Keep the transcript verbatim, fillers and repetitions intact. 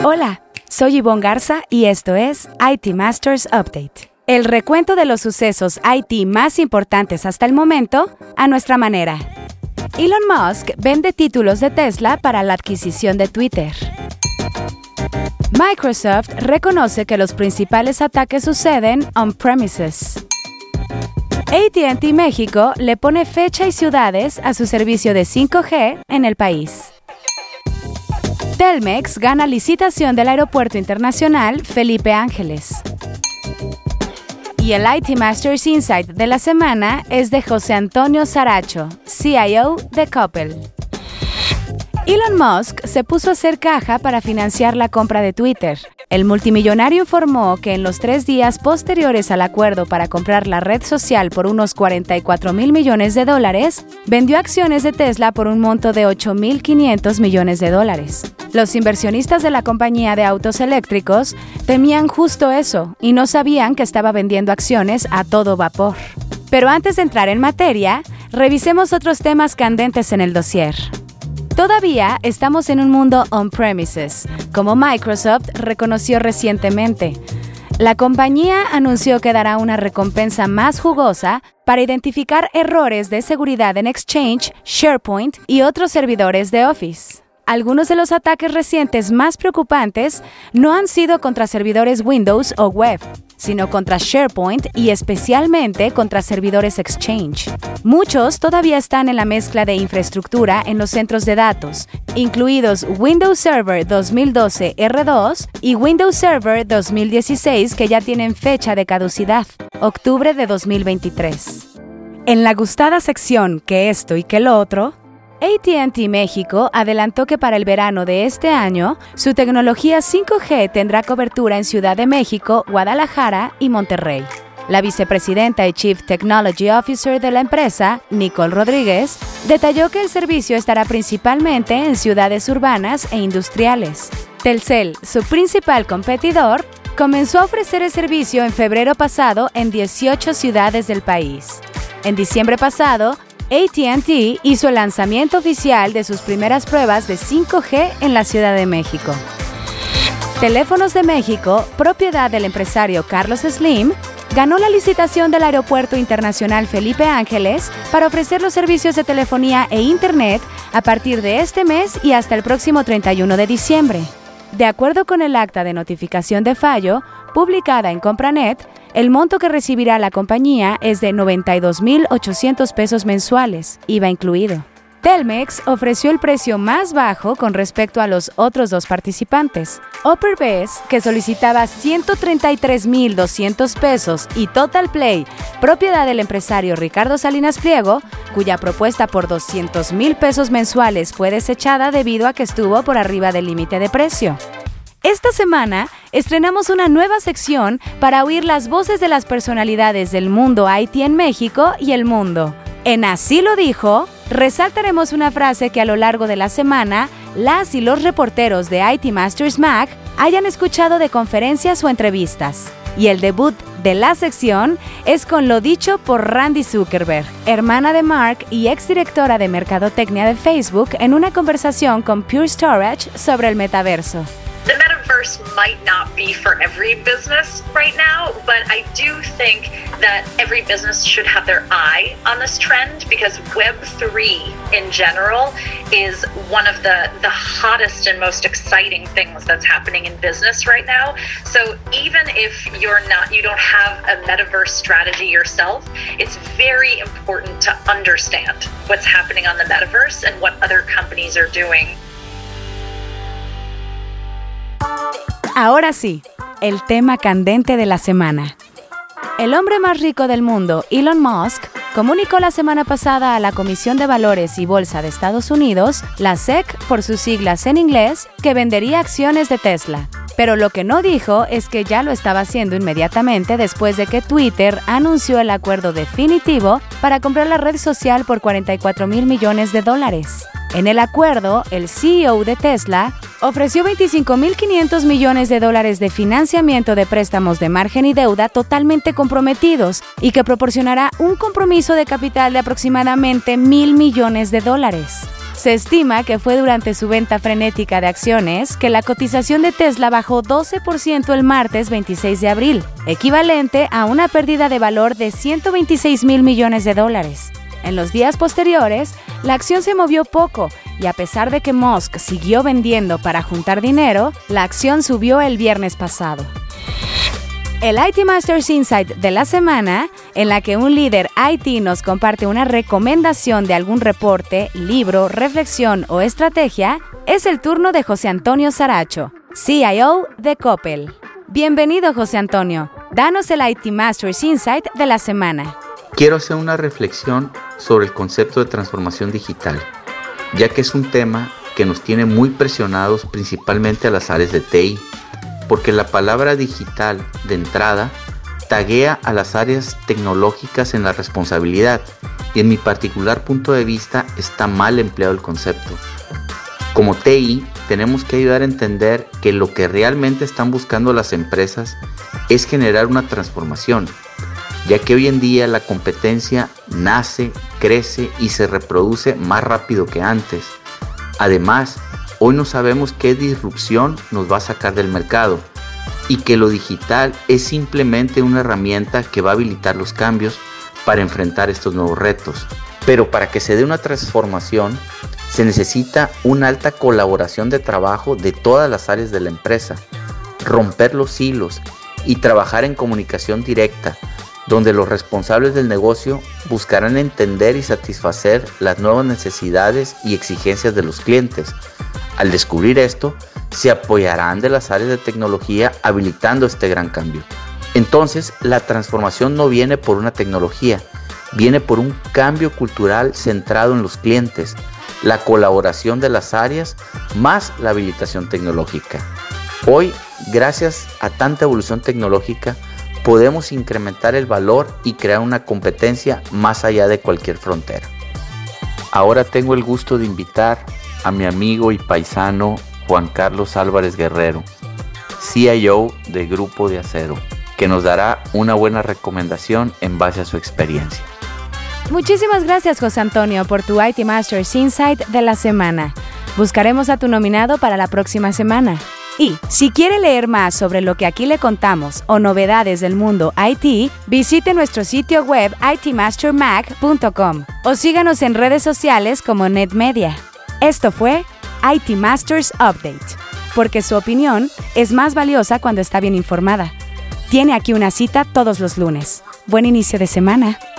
Hola, soy Ivonne Garza y esto es I T Masters Update. El recuento de los sucesos I T más importantes hasta el momento, a nuestra manera. Elon Musk vende títulos de Tesla para la adquisición de Twitter. Microsoft reconoce que los principales ataques suceden on-premises. A T and T México le pone fecha y ciudades a su servicio de cinco G en el país. Telmex gana licitación del Aeropuerto Internacional Felipe Ángeles. Y el I T Masters Insight de la semana es de José Antonio Saracho, C I O de Coppel. Elon Musk se puso a hacer caja para financiar la compra de Twitter. El multimillonario informó que en los tres días posteriores al acuerdo para comprar la red social por unos cuarenta y cuatro mil millones de dólares, vendió acciones de Tesla por un monto de ocho mil quinientos millones de dólares. Los inversionistas de la compañía de autos eléctricos temían justo eso y no sabían que estaba vendiendo acciones a todo vapor. Pero antes de entrar en materia, revisemos otros temas candentes en el dossier. Todavía estamos en un mundo on-premises, como Microsoft reconoció recientemente. La compañía anunció que dará una recompensa más jugosa para identificar errores de seguridad en Exchange, SharePoint y otros servidores de Office. Algunos de los ataques recientes más preocupantes no han sido contra servidores Windows o web, sino contra SharePoint y especialmente contra servidores Exchange. Muchos todavía están en la mezcla de infraestructura en los centros de datos, incluidos Windows Server dos mil doce R dos y Windows Server dos mil dieciséis, que ya tienen fecha de caducidad, octubre de dos mil veintitrés. En la gustada sección que esto y que lo otro, A T and T México adelantó que para el verano de este año, su tecnología cinco G tendrá cobertura en Ciudad de México, Guadalajara y Monterrey. La vicepresidenta y Chief Technology Officer de la empresa, Nicole Rodríguez, detalló que el servicio estará principalmente en ciudades urbanas e industriales. Telcel, su principal competidor, comenzó a ofrecer el servicio en febrero pasado en dieciocho ciudades del país. En diciembre pasado, A T and T hizo el lanzamiento oficial de sus primeras pruebas de cinco G en la Ciudad de México. Teléfonos de México, propiedad del empresario Carlos Slim, ganó la licitación del Aeropuerto Internacional Felipe Ángeles para ofrecer los servicios de telefonía e Internet a partir de este mes y hasta el próximo treinta y uno de diciembre. De acuerdo con el acta de notificación de fallo, publicada en Compranet, el monto que recibirá la compañía es de noventa y dos mil ochocientos pesos mensuales, I V A incluido. Telmex ofreció el precio más bajo con respecto a los otros dos participantes. Opperbest, que solicitaba ciento treinta y tres mil doscientos pesos, y Total Play, propiedad del empresario Ricardo Salinas Pliego, cuya propuesta por doscientos mil pesos mensuales fue desechada debido a que estuvo por arriba del límite de precio. Esta semana estrenamos una nueva sección para oír las voces de las personalidades del mundo I T en México y el mundo. En Así lo dijo, resaltaremos una frase que a lo largo de la semana las y los reporteros de I T Masters Mag hayan escuchado de conferencias o entrevistas. Y el debut de la sección es con lo dicho por Randy Zuckerberg, hermana de Mark y exdirectora de Mercadotecnia de Facebook, en una conversación con Pure Storage sobre el metaverso. The metaverse might not be for every business right now, but I do think that every business should have their eye on this trend, because Web three in general is one of the, the hottest and most exciting things that's happening in business right now. So even if you're not, you don't have a metaverse strategy yourself, it's very important to understand what's happening on the metaverse and what other companies are doing. Ahora sí, el tema candente de la semana. El hombre más rico del mundo, Elon Musk, comunicó la semana pasada a la Comisión de Valores y Bolsa de Estados Unidos, la S E C por sus siglas en inglés, que vendería acciones de Tesla. Pero lo que no dijo es que ya lo estaba haciendo inmediatamente después de que Twitter anunció el acuerdo definitivo para comprar la red social por cuarenta y cuatro mil millones de dólares. En el acuerdo, el C E O de Tesla ofreció veinticinco mil quinientos millones de dólares de financiamiento de préstamos de margen y deuda totalmente comprometidos y que proporcionará un compromiso de capital de aproximadamente mil millones de dólares. Se estima que fue durante su venta frenética de acciones que la cotización de Tesla bajó doce por ciento el martes veintiséis de abril, equivalente a una pérdida de valor de ciento veintiséis mil millones de dólares. En los días posteriores, la acción se movió poco y a pesar de que Musk siguió vendiendo para juntar dinero, la acción subió el viernes pasado. El I T Masters Insight de la semana, en la que un líder I T nos comparte una recomendación de algún reporte, libro, reflexión o estrategia, es el turno de José Antonio Saracho, C I O de Coppel. Bienvenido, José Antonio. Danos el I T Masters Insight de la semana. Quiero hacer una reflexión sobre el concepto de transformación digital, ya que es un tema que nos tiene muy presionados principalmente a las áreas de T I, porque la palabra digital de entrada taguea a las áreas tecnológicas en la responsabilidad y en mi particular punto de vista está mal empleado el concepto. Como T I tenemos que ayudar a entender que lo que realmente están buscando las empresas es generar una transformación, ya que hoy en día la competencia nace, crece y se reproduce más rápido que antes. Además, hoy no sabemos qué disrupción nos va a sacar del mercado y que lo digital es simplemente una herramienta que va a habilitar los cambios para enfrentar estos nuevos retos. Pero para que se dé una transformación, se necesita una alta colaboración de trabajo de todas las áreas de la empresa, romper los hilos y trabajar en comunicación directa, donde los responsables del negocio buscarán entender y satisfacer las nuevas necesidades y exigencias de los clientes. Al descubrir esto, se apoyarán de las áreas de tecnología habilitando este gran cambio. Entonces, la transformación no viene por una tecnología, viene por un cambio cultural centrado en los clientes, la colaboración de las áreas más la habilitación tecnológica. Hoy, gracias a tanta evolución tecnológica, podemos incrementar el valor y crear una competencia más allá de cualquier frontera. Ahora tengo el gusto de invitar a mi amigo y paisano Juan Carlos Álvarez Guerrero, C I O de Grupo de Acero, que nos dará una buena recomendación en base a su experiencia. Muchísimas gracias, José Antonio, por tu I T Masters Insight de la semana. Buscaremos a tu nominado para la próxima semana. Y si quiere leer más sobre lo que aquí le contamos o novedades del mundo I T, visite nuestro sitio web i t master mag punto com o síganos en redes sociales como NetMedia. Esto fue I T Masters Update, porque su opinión es más valiosa cuando está bien informada. Tiene aquí una cita todos los lunes. Buen inicio de semana.